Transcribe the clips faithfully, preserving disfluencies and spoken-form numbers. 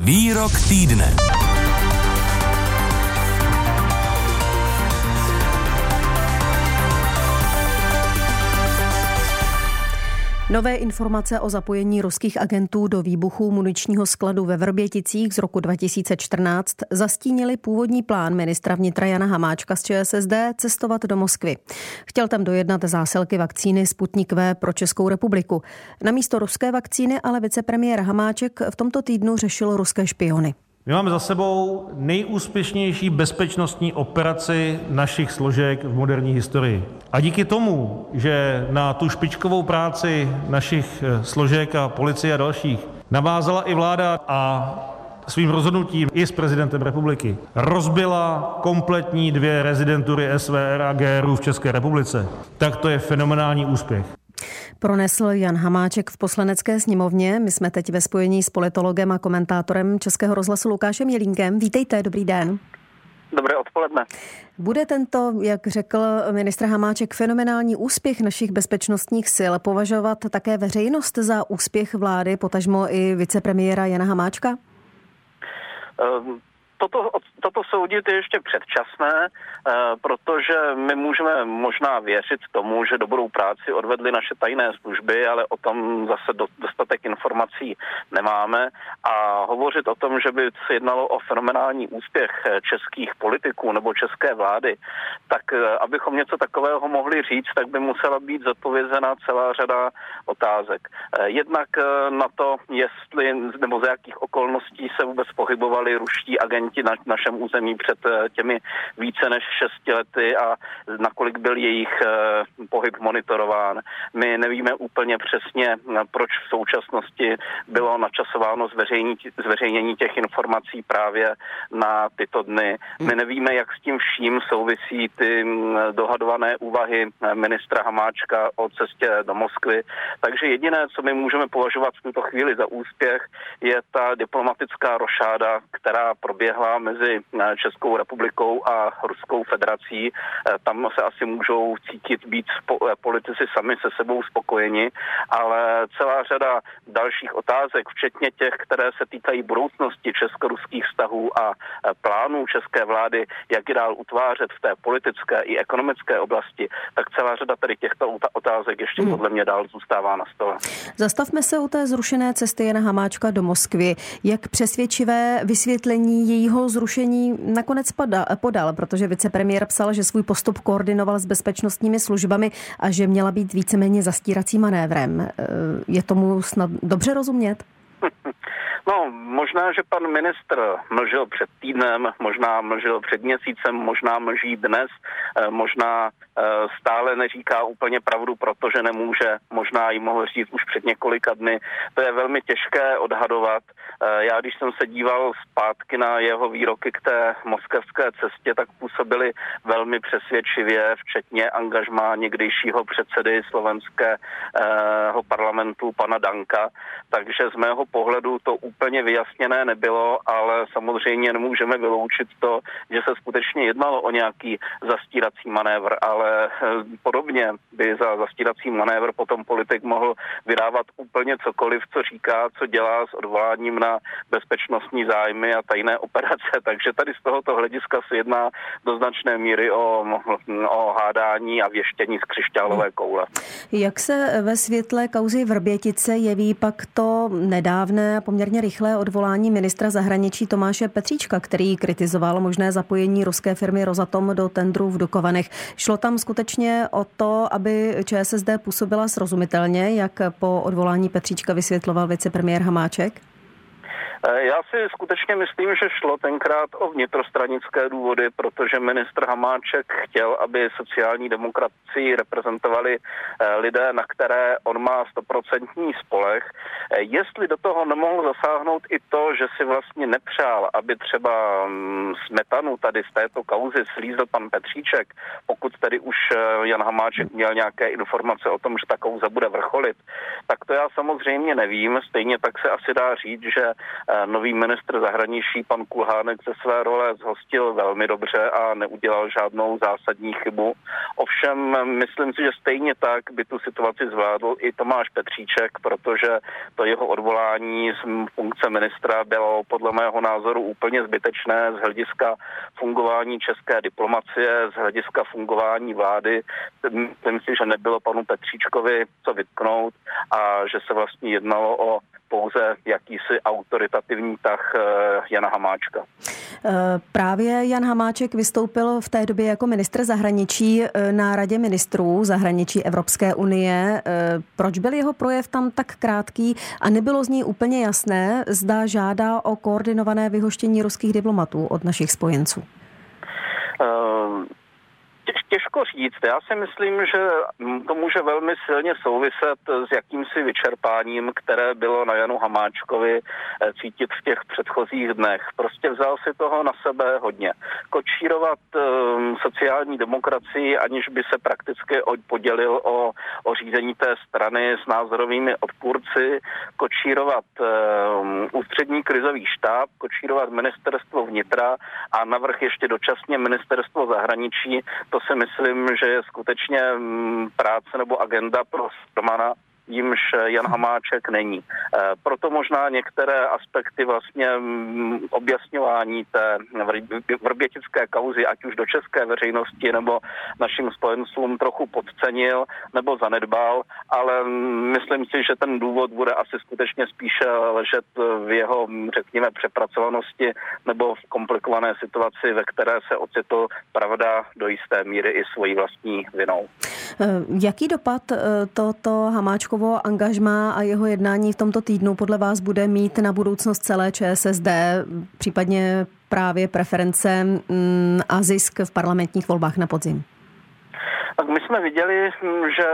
Výrok týdne. Nové informace o zapojení ruských agentů do výbuchu muničního skladu ve Vrběticích z roku dva tisíce čtrnáct zastínili původní plán ministra vnitra Jana Hamáčka z ČSSD cestovat do Moskvy. Chtěl tam dojednat zásilky vakcíny Sputnik V pro Českou republiku. Namísto ruské vakcíny ale vicepremiér Hamáček v tomto týdnu řešil ruské špiony. My máme za sebou nejúspěšnější bezpečnostní operaci našich složek v moderní historii. A díky tomu, že na tu špičkovou práci našich složek a policie a dalších navázala i vláda a svým rozhodnutím i s prezidentem republiky rozbila kompletní dvě rezidentury S V R a G R U v České republice, tak to je fenomenální úspěch. Pronesl Jan Hamáček v Poslanecké sněmovně. My jsme teď ve spojení s politologem a komentátorem Českého rozhlasu Lukášem Jelínkem. Vítejte, dobrý den. Dobré odpoledne. Bude tento, jak řekl ministr Hamáček, fenomenální úspěch našich bezpečnostních sil považovat také veřejnost za úspěch vlády, potažmo i vicepremiéra Jana Hamáčka? Um. Toto, toto soudit je ještě předčasné, protože my můžeme možná věřit tomu, že dobrou práci odvedly naše tajné služby, ale o tom zase dostatek informací nemáme. A hovořit o tom, že by se jednalo o fenomenální úspěch českých politiků nebo české vlády, tak abychom něco takového mohli říct, tak by musela být zodpovězena celá řada otázek. Jednak na to, jestli nebo za jakých okolností se vůbec pohybovali ruští agenti na našem území před těmi více než šesti lety a nakolik byl jejich pohyb monitorován. My nevíme úplně přesně, proč v současnosti bylo načasováno zveřejnění, zveřejnění těch informací právě na tyto dny. My nevíme, jak s tím vším souvisí ty dohadované úvahy ministra Hamáčka o cestě do Moskvy. Takže jediné, co my můžeme považovat v tuto chvíli za úspěch, je ta diplomatická rošáda, která proběhla mezi Českou republikou a Ruskou federací. Tam se asi můžou cítit být politici sami se sebou spokojeni, ale celá řada dalších otázek, včetně těch, které se týkají budoucnosti česko-ruských vztahů a plánů české vlády, jak je dál utvářet v té politické i ekonomické oblasti, tak celá řada tady těchto otázek ještě podle mě dál zůstává na stole. Zastavme se u té zrušené cesty Jana Hamáčka do Moskvy. Jak přesvědčivé vysvětlení jejího zrušení nakonec podal, protože vicepremiér psal, že svůj postup koordinoval s bezpečnostními službami a že měla být víceméně zastírací manévrem. Je tomu snad dobře rozumět? No, možná, že pan ministr mlžil před týdnem, možná mlžil před měsícem, možná mlží dnes, možná stále neříká úplně pravdu, protože nemůže, možná ji mohl říct už před několika dny. To je velmi těžké odhadovat. Já, když jsem se díval zpátky na jeho výroky k té moskevské cestě, tak působily velmi přesvědčivě, včetně angažmá někdejšího předsedy slovenského parlamentu, pana Danka. Takže z mého pohledu to úplně vyjasněné nebylo, ale samozřejmě nemůžeme vyloučit to, že se skutečně jednalo o nějaký zastírací manévr, ale podobně by za zastírací manévr potom politik mohl vydávat úplně cokoliv, co říká, co dělá s odvoláním na bezpečnostní zájmy a tajné operace. Takže tady z tohoto hlediska se jedná do značné míry o, o hádání a věštění z křišťálové koule. Jak se ve světle kauzy Vrbětice jeví pak to nedávné a poměrně rychlé odvolání ministra zahraničí Tomáše Petříčka, který kritizoval možné zapojení ruské firmy Rosatom do tendru v Dukovanech. Šlo tam skutečně o to, aby ČSSD působila srozumitelně, jak po odvolání Petříčka vysvětloval vicepremiér Hamáček? Já si skutečně myslím, že šlo tenkrát o vnitrostranické důvody, protože ministr Hamáček chtěl, aby sociální demokracii reprezentovali lidé, na které on má stoprocentní spoleh. Jestli do toho nemohl zasáhnout i to, že si vlastně nepřál, aby třeba smetanu tady z této kauzy slízl pan Petříček, pokud tedy už Jan Hamáček měl nějaké informace o tom, že ta kauza bude vrcholit, tak to já samozřejmě nevím. Stejně tak se asi dá říct, že Nový ministr zahraničí, pan Kulhánek, ze své role zhostil velmi dobře a neudělal žádnou zásadní chybu. Ovšem, myslím si, že stejně tak by tu situaci zvládl i Tomáš Petříček, protože to jeho odvolání z funkce ministra bylo podle mého názoru úplně zbytečné z hlediska fungování české diplomacie, z hlediska fungování vlády. Myslím si, že nebylo panu Petříčkovi co vytknout a že se vlastně jednalo o pouze jakýsi autoritativní tah Jana Hamáčka. Právě Jan Hamáček vystoupil v té době jako ministr zahraničí na Radě ministrů zahraničí Evropské unie. Proč byl jeho projev tam tak krátký a nebylo z něj úplně jasné, zda žádá o koordinované vyhoštění ruských diplomatů od našich spojenců? Uh... Těžko říct. Já si myslím, že to může velmi silně souviset s jakýmsi vyčerpáním, které bylo na Janu Hamáčkovi cítit v těch předchozích dnech. Prostě vzal si toho na sebe hodně. Kočírovat um, sociální demokracii, aniž by se prakticky podělil o, o řízení té strany s názorovými odpůrci, kočírovat um, ústřední krizový štáb, kočírovat ministerstvo vnitra a navrch ještě dočasně ministerstvo zahraničí, to si myslím, že je skutečně práce nebo agenda pro Romana, jimž Jan Hamáček není. Proto možná některé aspekty vlastně objasňování té vrbětické kauzy, ať už do české veřejnosti nebo našim spojencům, trochu podcenil nebo zanedbal, ale myslím si, že ten důvod bude asi skutečně spíše ležet v jeho, řekněme, přepracovanosti nebo v komplikované situaci, ve které se ocitl, pravda, do jisté míry i svojí vlastní vinou. Jaký dopad toto Hamáčkovo angažmá a jeho jednání v tomto týdnu podle vás bude mít na budoucnost celé ČSSD, případně právě preference a zisk v parlamentních volbách na podzim? Tak my jsme viděli, že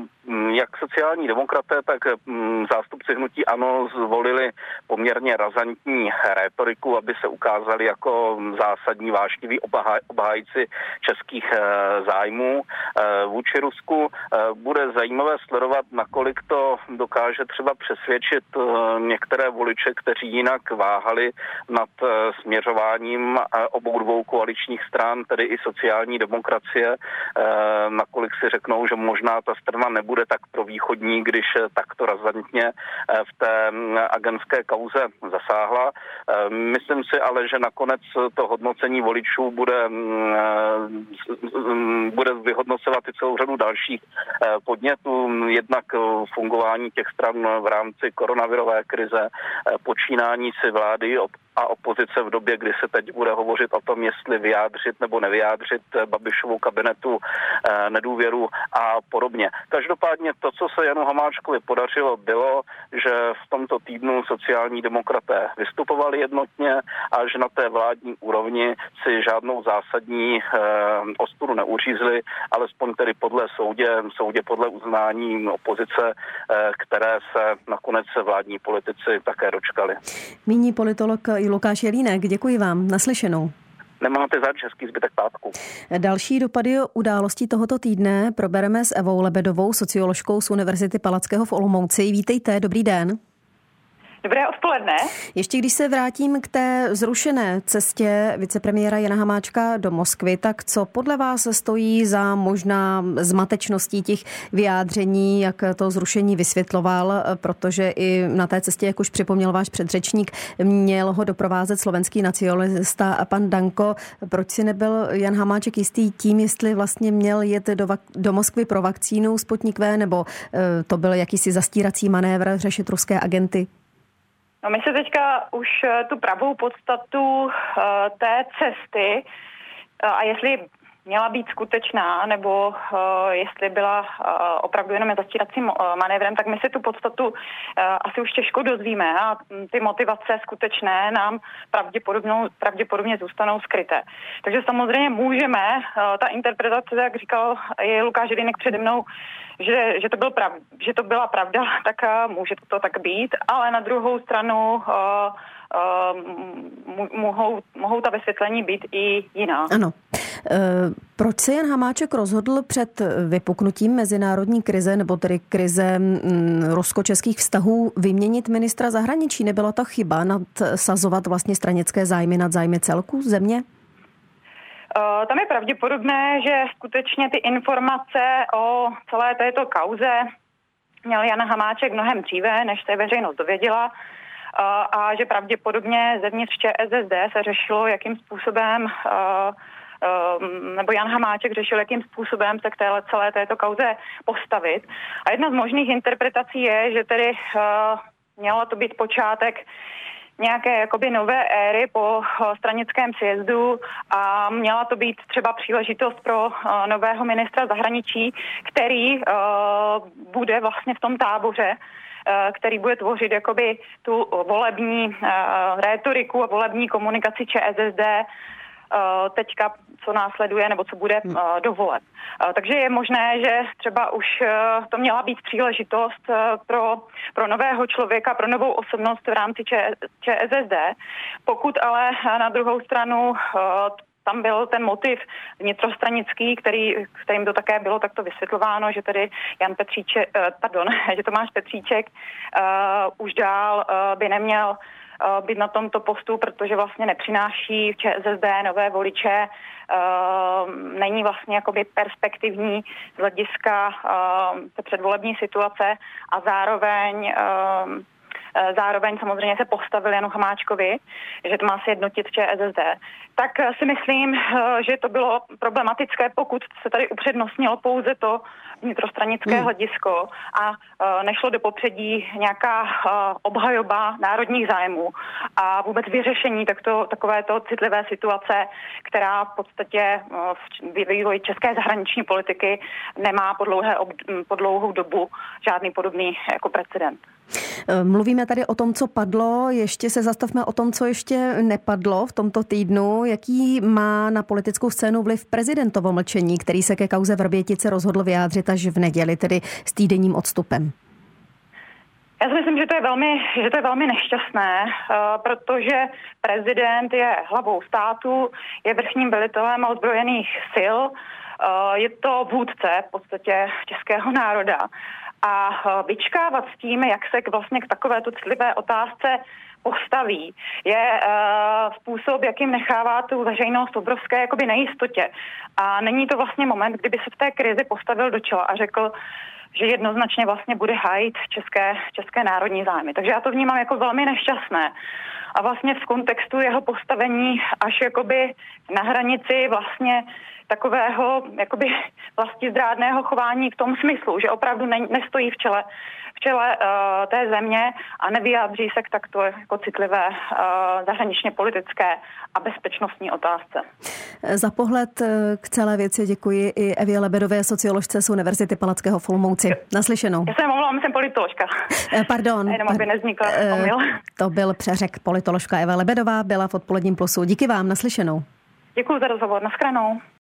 jak sociální demokraté, tak zástupci hnutí ANO zvolili poměrně razantní rétoriku, aby se ukázali jako zásadní vášniví obhájci českých zájmů vůči Rusku. Bude zajímavé sledovat, nakolik to dokáže třeba přesvědčit některé voliče, kteří jinak váhali nad směřováním obou dvou koaličních stran, tedy i sociální demokracie, nakolik si řeknou, že možná ta strana nebude tak provýchodní, když takto razantně v té agentské kauze zasáhla. Myslím si ale, že nakonec to hodnocení voličů bude, bude vyhodnocovat i celou řadu dalších podnětů, jednak fungování těch stran v rámci koronavirové krize, počínání si vlády a opozice v době, kdy se teď bude hovořit o tom, jestli vyjádřit nebo nevyjádřit Babišovu kabinetu nedůvěru a podobně. Každopádně to, co se Janu Hamáčkovi podařilo, bylo, že v tomto týdnu sociální demokraté vystupovali jednotně a že na té vládní úrovni si žádnou zásadní eh, ostudu neuřízli, alespoň tedy podle soudě, soudě podle uznání opozice, eh, které se nakonec vládní politici také dočkali. Míní politolog Lukáš Jelínek, děkuji vám. Naslyšenou. Nemáte zač, hezký zbytek pátku. Další dopady událostí tohoto týdne probereme s Evou Lebedovou, socioložkou z Univerzity Palackého v Olomouci. Vítejte, dobrý den. Dobré odpoledne. Ještě když se vrátím k té zrušené cestě vicepremiéra Jana Hamáčka do Moskvy, tak co podle vás stojí za možná zmatečností těch vyjádření, jak to zrušení vysvětloval, protože i na té cestě, jak už připomněl váš předřečník, měl ho doprovázet slovenský nacionalista a pan Danko. Proč si nebyl Jan Hamáček jistý tím, jestli vlastně měl jet do, do Moskvy pro vakcínu Sputnik V, nebo to byl jakýsi zastírací manévr řešit ruské agenty? No my se teďka už tu pravou podstatu uh, té cesty uh, a jestli měla být skutečná, nebo uh, jestli byla uh, opravdu jenom zastíracím uh, manévrem, tak my si tu podstatu uh, asi už těžko dozvíme a ty motivace skutečné nám pravděpodobně, pravděpodobně zůstanou skryté. Takže samozřejmě můžeme, uh, ta interpretace, jak říkal i Lukáš Jelínek přede mnou, že, že, to byl prav, že to byla pravda, tak uh, může to tak být, ale na druhou stranu uh, mohou, mohou ta vysvětlení být i jiná. Ano. Proč se Jan Hamáček rozhodl před vypuknutím mezinárodní krize, nebo tedy krize rusko-českých vztahů, vyměnit ministra zahraničí? Nebyla to chyba nadsazovat vlastně stranické zájmy nad zájmy celku země? Tam je pravděpodobné, že skutečně ty informace o celé této kauze měl Jan Hamáček mnohem dříve, než se veřejnost dověděla, a že pravděpodobně zevnitř ČSSD se řešilo, jakým způsobem, nebo Jan Hamáček řešil, jakým způsobem se k téhle, celé této kauze postavit. A jedna z možných interpretací je, že tedy mělo to být počátek nějaké jakoby nové éry po stranickém sjezdu a měla to být třeba příležitost pro nového ministra zahraničí, který bude vlastně v tom táboře, který bude tvořit jakoby tu volební rétoriku a volební komunikaci ČSSD teďka, co následuje, nebo co bude do voleb. Takže je možné, že třeba už to měla být příležitost pro, pro nového člověka, pro novou osobnost v rámci ČSSD. Pokud ale na druhou stranu tam byl ten motiv vnitrostranický, který, kterým to také bylo takto vysvětlováno, že tedy Jan Petříček, pardon, že Tomáš Petříček uh, už dál uh, by neměl být na tomto postu, protože vlastně nepřináší v ČSSD nové voliče, není vlastně jakoby perspektivní z hlediska té předvolební situace a zároveň zároveň samozřejmě se postavil Janu Hamáčkovi, že to má se jednotit ČSSD, tak si myslím, že to bylo problematické, pokud se tady upřednostnilo pouze to vnitrostranické hmm. hledisko a nešlo do popředí nějaká obhajoba národních zájmů a vůbec vyřešení takto, takovéto citlivé situace, která v podstatě v vývoji české zahraniční politiky nemá po, dlouhé, po dlouhou dobu žádný podobný jako precedent. Mluvíme tady o tom, co padlo, ještě se zastavme o tom, co ještě nepadlo v tomto týdnu. Jaký má na politickou scénu vliv prezidentovo mlčení, který se ke kauze Vrbětice rozhodl vyjádřit až v neděli, tedy s týdenním odstupem? Já si myslím, že to je velmi, že to je velmi nešťastné, protože prezident je hlavou státu, je vrchním velitelem ozbrojených sil, je to vůdce v podstatě českého národa. A vyčkávat s tím, jak se vlastně k takovéto citlivé otázce postaví, je uh, způsob, jakým nechává tu veřejnost v obrovské jakoby nejistotě. A není to vlastně moment, kdyby se v té krizi postavil do čela a řekl, že jednoznačně vlastně bude hájit české, české národní zájmy. Takže já to vnímám jako velmi nešťastné. A vlastně v kontextu jeho postavení až jakoby na hranici vlastně takového jakoby vlastizdrádného chování v tom smyslu, že opravdu ne, nestojí v čele, v čele uh, té země a nevyjádří se k takto jako citlivé uh, zahraničně politické a bezpečnostní otázce. Za pohled k celé věci děkuji i Evě Lebedové, socioložce z Univerzity Palackého v Olomouci. Naslyšenou. Já se omlouvám, jsem politoložka. Pardon. Jenom aby nevznikla omyl. To byl přeřek. Politoložka Eva Lebedová byla v Odpoledním plusu. Díky vám, naslyšenou. Děkuji za rozhovor, nashledanou.